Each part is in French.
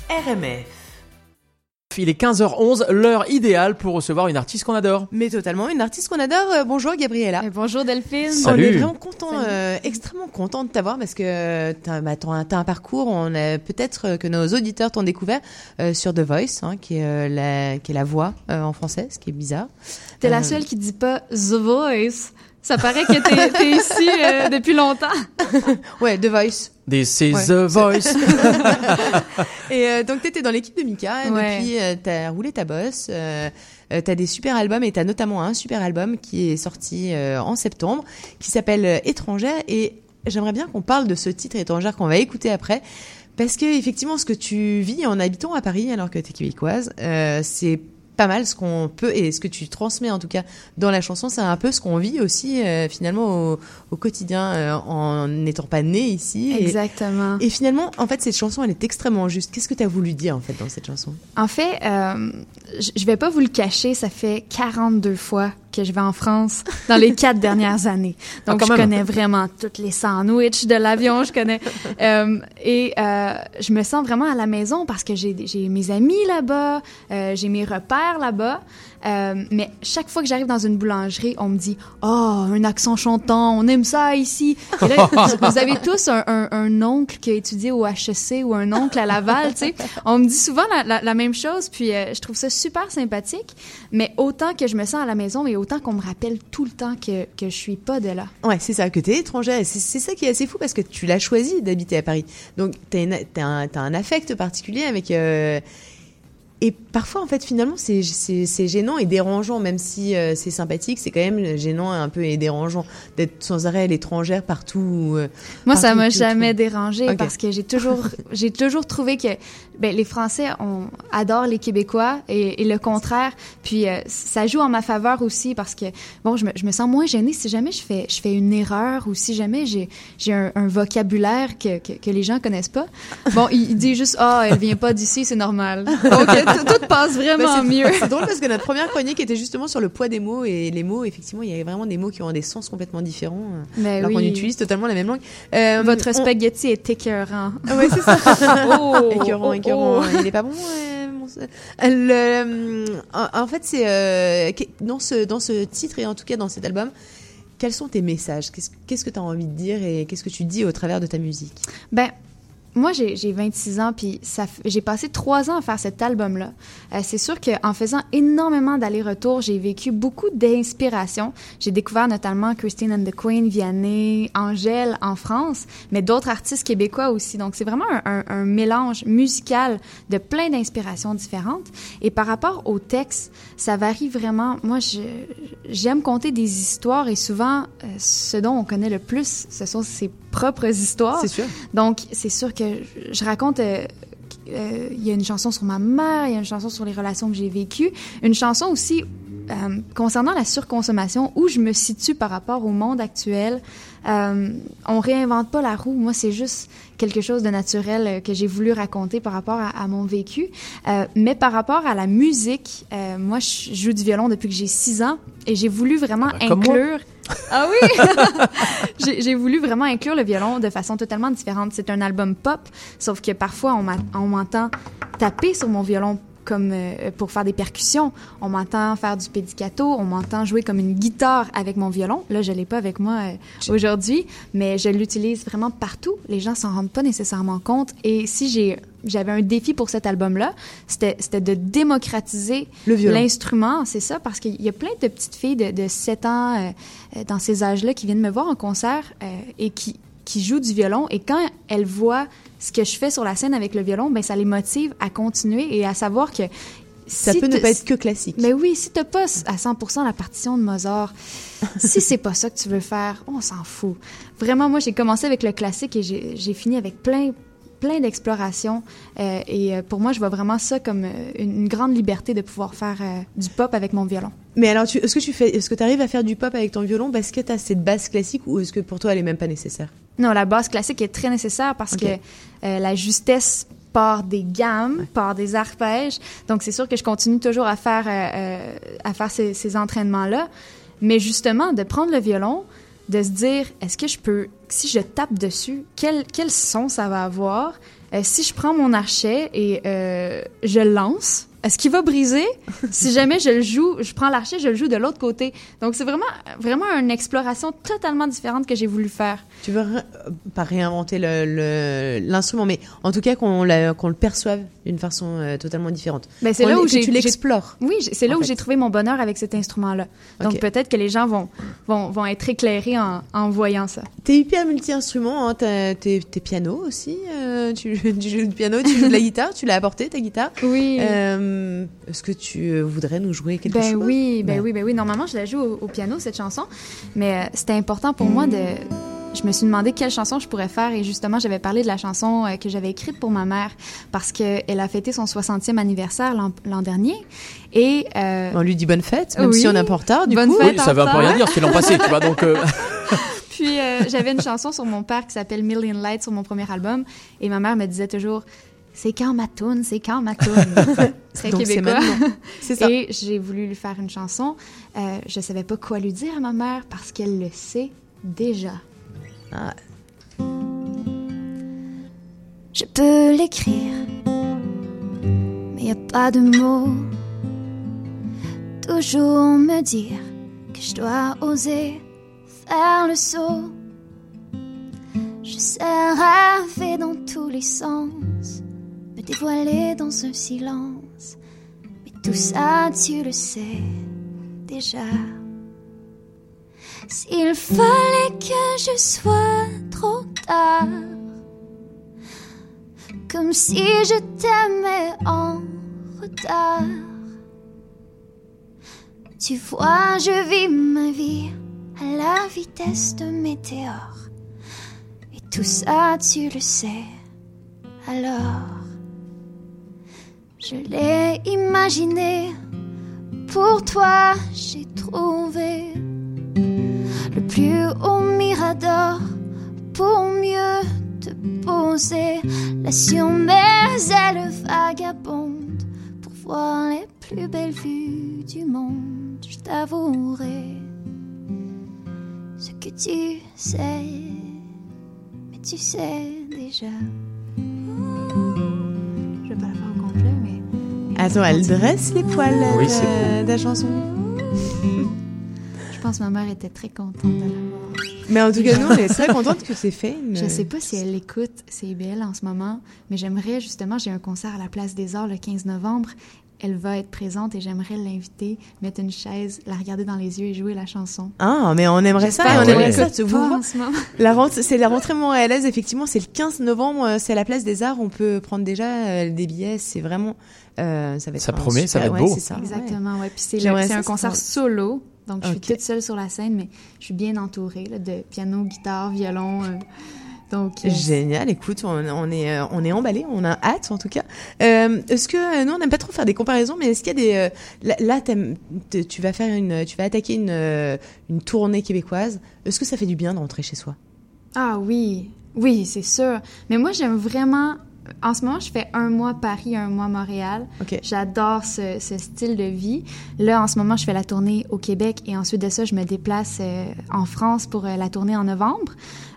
RMF. Il est 15h11, l'heure idéale pour recevoir une artiste qu'on adore. Mais totalement, une artiste qu'on adore. Bonjour Gabriella. Et bonjour Delphine. Salut. On est vraiment content, extrêmement content de t'avoir parce que t'as un parcours. On a peut-être que nos auditeurs t'ont découvert sur The Voice, qui est la voix en français, ce qui est bizarre. T'es la seule qui dit pas The Voice. Ça paraît que t'es ici depuis longtemps. Ouais, The Voice. This is The Voice. Et donc t'étais dans l'équipe de Mika, Ouais. depuis t'as roulé ta bosse, t'as des super albums et t'as notamment un super album qui est sorti en septembre, qui s'appelle Étrangère, et j'aimerais bien qu'on parle de ce titre Étrangère qu'on va écouter après, parce que effectivement ce que tu vis en habitant à Paris alors que t'es québécoise, c'est pas mal ce qu'on peut, et ce que tu transmets en tout cas dans la chanson, c'est un peu ce qu'on vit aussi finalement au quotidien en n'étant pas né ici. Exactement. Et finalement, en fait, cette chanson, elle est extrêmement juste. Qu'est-ce que tu as voulu dire en fait dans cette chanson? En fait, je vais pas vous le cacher, ça fait 42 fois que je vais en France dans les 4 dernières années. Donc, je connais vraiment toutes les sandwichs de l'avion, je connais. Je me sens vraiment à la maison parce que j'ai mes amis là-bas, j'ai mes repères là-bas. Mais chaque fois que j'arrive dans une boulangerie, on me dit « Oh, un accent chantant, on aime ça ici! » Et là, vous avez tous un oncle qui a étudié au HEC ou un oncle à Laval, tu sais. On me dit souvent la même chose, puis je trouve ça super sympathique. Mais autant que je me sens à la maison et autant qu'on me rappelle tout le temps que je suis pas de là. Ouais, c'est ça, que t'es étrangère. C'est ça qui est assez fou parce que tu l'as choisi d'habiter à Paris. Donc, t'as un affect particulier avec... Et parfois, en fait, finalement, c'est gênant et dérangeant, même si c'est sympathique, c'est quand même gênant un peu et dérangeant d'être sans arrêt l'étrangère partout. Moi, ça m'a jamais dérangée, Okay. parce que j'ai toujours trouvé que les Français adorent les Québécois et le contraire. Puis ça joue en ma faveur aussi parce que bon, je me sens moins gênée si jamais je fais une erreur ou si jamais j'ai un vocabulaire que les gens connaissent pas. Bon, ils disent juste elle vient pas d'ici, c'est normal. Donc tout passe vraiment mieux. C'est drôle parce que notre première chronique était justement sur le poids des mots, et les mots, effectivement, il y a vraiment des mots qui ont des sens complètement différents alors qu'on utilise totalement la même langue. Votre spaghetti est écœurant. Ouais, c'est ça. Écœurant. Il est pas bon. En fait, c'est dans ce titre et en tout cas dans cet album, quels sont tes messages? Qu'est-ce que tu as envie de dire et qu'est-ce que tu dis au travers de ta musique? Moi, j'ai 26 ans, puis j'ai passé 3 ans à faire cet album-là. C'est sûr qu'en faisant énormément d'allers-retours, j'ai vécu beaucoup d'inspiration. J'ai découvert notamment Christine and the Queen, Vianney, Angèle en France, mais d'autres artistes québécois aussi. Donc, c'est vraiment un mélange musical de plein d'inspirations différentes. Et par rapport au texte, ça varie vraiment. Moi, j'aime conter des histoires et souvent, ce dont on connaît le plus, ce sont ses propres histoires. C'est sûr. Donc, c'est sûr que je raconte... il y a une chanson sur ma mère, il y a une chanson sur les relations que j'ai vécues, une chanson aussi concernant la surconsommation, où je me situe par rapport au monde actuel. On réinvente pas la roue. Moi, c'est juste quelque chose de naturel que j'ai voulu raconter par rapport à mon vécu. Mais par rapport à la musique, moi, je joue du violon depuis que j'ai 6 ans et j'ai voulu vraiment inclure... Ah oui! J'ai voulu vraiment inclure le violon de façon totalement différente. C'est un album pop, sauf que parfois, on m'entend taper sur mon violon comme pour faire des percussions. On m'entend faire du pizzicato, on m'entend jouer comme une guitare avec mon violon. Là, je l'ai pas avec moi aujourd'hui, mais je l'utilise vraiment partout. Les gens s'en rendent pas nécessairement compte. Et si j'avais un défi pour cet album-là, c'était de démocratiser l'instrument, c'est ça, parce qu'il y a plein de petites filles de 7 ans dans ces âges-là qui viennent me voir en concert et qui jouent du violon, et quand elles voient ce que je fais sur la scène avec le violon, ça les motive à continuer et à savoir que ça peut ne pas être que classique. Mais oui, si t'as pas à 100% la partition de Mozart, si c'est pas ça que tu veux faire, on s'en fout. Vraiment, moi, j'ai commencé avec le classique et j'ai fini avec plein d'explorations. Et pour moi, je vois vraiment ça comme une grande liberté de pouvoir faire du pop avec mon violon. Mais alors, est-ce que tu arrives à faire du pop avec ton violon parce que tu as cette basse classique, ou est-ce que pour toi, elle est même pas nécessaire? Non, la basse classique est très nécessaire parce que la justesse part des gammes, part des arpèges. Donc, c'est sûr que je continue toujours à faire ces entraînements-là. Mais justement, de prendre le violon, de se dire, est-ce que je peux, si je tape dessus, quel son ça va avoir? si je prends mon archet et je le lance, est-ce qu'il va briser? Si jamais je prends l'archet, je le joue de l'autre côté. Donc, c'est vraiment une exploration totalement différente que j'ai voulu faire. Tu veux pas réinventer l'instrument, mais en tout cas qu'on le perçoive d'une façon totalement différente. Ben, c'est là où tu l'explores. Oui, c'est là où j'ai trouvé mon bonheur avec cet instrument-là. Donc, peut-être que les gens vont être éclairés en voyant ça. T'es hyper multi-instrument, hein. T'es piano aussi. Tu joues du piano, tu joues de la guitare, tu l'as apporté, ta guitare. Oui. Est-ce que tu voudrais nous jouer quelque chose? Oui. Normalement, je la joue au piano, cette chanson. Mais c'était important pour moi je me suis demandé quelle chanson je pourrais faire et justement, j'avais parlé de la chanson que j'avais écrite pour ma mère parce qu'elle a fêté son 60e anniversaire l'an dernier et... On lui dit bonne fête, même si on est un peu en retard, du coup. Oui, ça veut un peu rien dire, c'est l'an passé, tu vois, donc... Puis, j'avais une chanson sur mon père qui s'appelle Million Lights sur mon premier album et ma mère me disait toujours... C'est quand ma toune, c'est quand ma toune. Très donc québécois. C'est ça. Et j'ai voulu lui faire une chanson. Je savais pas quoi lui dire à ma mère parce qu'elle le sait déjà. Ah. Je peux l'écrire, mais y a pas de mots. Toujours me dire que je dois oser faire le saut. Je sais rêver dans tous les sens, me dévoiler dans un silence. Mais tout ça, tu le sais déjà. S'il fallait que je sois trop tard, comme si je t'aimais en retard. Tu vois, je vis ma vie à la vitesse d'un météore. Et tout ça, tu le sais, alors je l'ai imaginé. Pour toi, j'ai trouvé le plus haut mirador pour mieux te poser là sur mes ailes vagabondes pour voir les plus belles vues du monde. Je t'avouerai ce que tu sais, mais tu sais déjà. Je vais pas la faire au complet, mais... Attends, elle dresse les poils de la chanson. Je pense que ma mère était très contente de l'avoir. Mais en tout cas, nous, on est très contente que c'est fait. Je sais pas si elle écoute CIBL en ce moment, mais j'aimerais justement, j'ai un concert à la Place des Arts le 15 novembre. Elle va être présente et j'aimerais l'inviter, mettre une chaise, la regarder dans les yeux et jouer la chanson. Ah, mais on aimerait ça, et on aimerait ça te voir. C'est la rentrée montréalaise, effectivement, c'est le 15 novembre, c'est à la Place des Arts, on peut prendre déjà des billets, c'est vraiment... ça promet, ça va être beau. C'est ça, exactement, ouais. Puis c'est un concert solo, donc je suis toute seule sur la scène, mais je suis bien entourée là, de piano, guitare, violon... Donc, génial, écoute, on est emballés, on a hâte en tout cas. Est-ce que nous on n'aime pas trop faire des comparaisons, mais est-ce qu'il y a des là tu vas attaquer une tournée québécoise. Est-ce que ça fait du bien de rentrer chez soi? Ah oui, c'est sûr. Mais moi j'aime vraiment. En ce moment, je fais 1 mois Paris, 1 mois Montréal. Okay. J'adore ce style de vie. Là, en ce moment, je fais la tournée au Québec et ensuite de ça, je me déplace en France pour la tournée en novembre.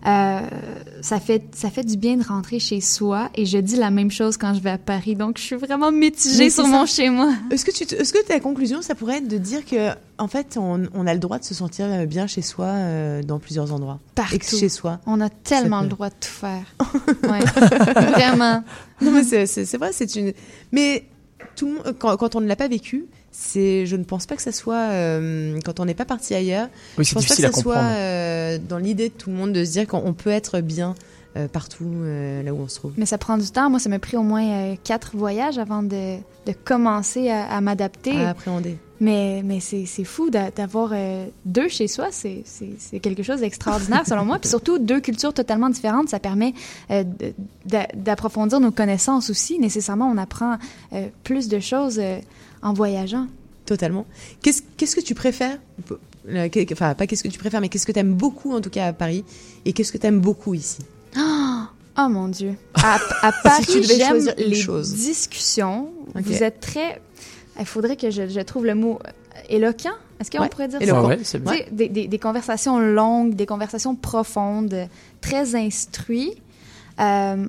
Ça fait du bien de rentrer chez soi et je dis la même chose quand je vais à Paris. Donc, je suis vraiment mitigée sur mon chez-moi. Est-ce que ta conclusion, ça pourrait être de dire que en fait, on a le droit de se sentir bien chez soi dans plusieurs endroits. Partout. Et que chez soi. On a tellement le droit de tout faire. Ouais. Vraiment. Non, mais c'est vrai, c'est une. Mais tout le monde, quand on ne l'a pas vécu, je ne pense pas que ça soit quand on n'est pas parti ailleurs. Oui, je pense pas que ça soit dans l'idée de tout le monde de se dire qu'on peut être bien partout là où on se trouve. Mais ça prend du temps. Moi, ça m'a pris au moins 4 voyages avant de commencer à m'adapter. À appréhender. Mais c'est fou d'avoir 2 chez soi. C'est quelque chose d'extraordinaire, selon moi. Puis surtout, 2 cultures totalement différentes. Ça permet d'approfondir nos connaissances aussi. Nécessairement, on apprend plus de choses en voyageant. Totalement. Qu'est-ce que tu préfères? Enfin, pas qu'est-ce que tu préfères, mais qu'est-ce que tu aimes beaucoup, en tout cas, à Paris? Et qu'est-ce que tu aimes beaucoup ici? Oh mon Dieu. À Paris, si tu devais j'aime choisir une les chose. discussions. Okay. Vous êtes très... Il faudrait que je trouve le mot éloquent. Est-ce qu'on pourrait dire éloquent. ça? Ouais, c'est bien. Des conversations longues, des conversations profondes, très instruites.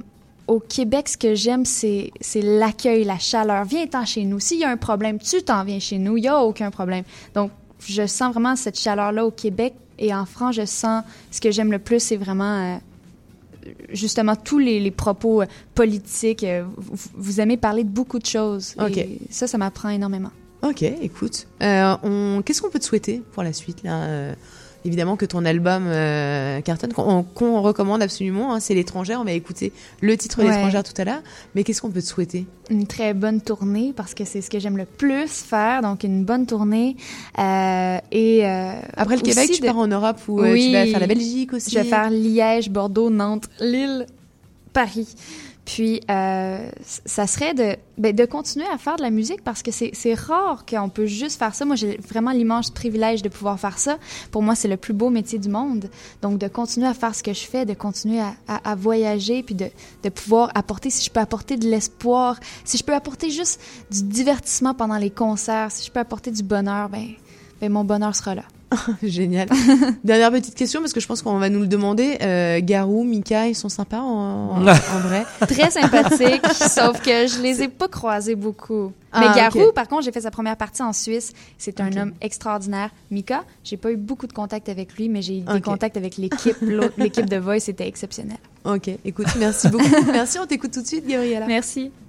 au Québec, ce que j'aime, c'est l'accueil, la chaleur. Viens-t'en chez nous. S'il y a un problème, tu t'en viens chez nous. Il n'y a aucun problème. Donc, je sens vraiment cette chaleur-là au Québec. Et en France, je sens... Ce que j'aime le plus, c'est vraiment... justement, tous les propos politiques. Vous aimez parler de beaucoup de choses. Okay. Et ça m'apprend énormément. Ok, écoute. Qu'est-ce qu'on peut te souhaiter pour la suite, là évidemment que ton album cartonne, qu'on recommande absolument, hein, c'est L'étrangère. On va écouter le titre L'étrangère tout à l'heure. Mais qu'est-ce qu'on peut te souhaiter? Une très bonne tournée, parce que c'est ce que j'aime le plus faire. Donc, une bonne tournée. Après le Québec, tu pars en Europe ou tu vas faire la Belgique aussi? Je vais faire Liège, Bordeaux, Nantes, Lille, Paris. Puis, ça serait de continuer à faire de la musique, parce que c'est rare qu'on peut juste faire ça. Moi, j'ai vraiment l'immense privilège de pouvoir faire ça. Pour moi, c'est le plus beau métier du monde. Donc, de continuer à faire ce que je fais, de continuer à voyager, puis de pouvoir apporter, si je peux apporter de l'espoir, si je peux apporter juste du divertissement pendant les concerts, si je peux apporter du bonheur, ben mon bonheur sera là. Génial. Dernière petite question, parce que je pense qu'on va nous le demander. Garou, Mika, ils sont sympas en vrai? Très sympathiques, sauf que je les ai pas croisés beaucoup. Mais Garou, par contre, j'ai fait sa première partie en Suisse. C'est un homme extraordinaire. Mika, j'ai pas eu beaucoup de contacts avec lui, mais j'ai eu des contacts avec l'équipe. L'équipe de Voice était exceptionnelle. Ok, écoute, merci beaucoup. Merci, on t'écoute tout de suite, Gabriella. Merci.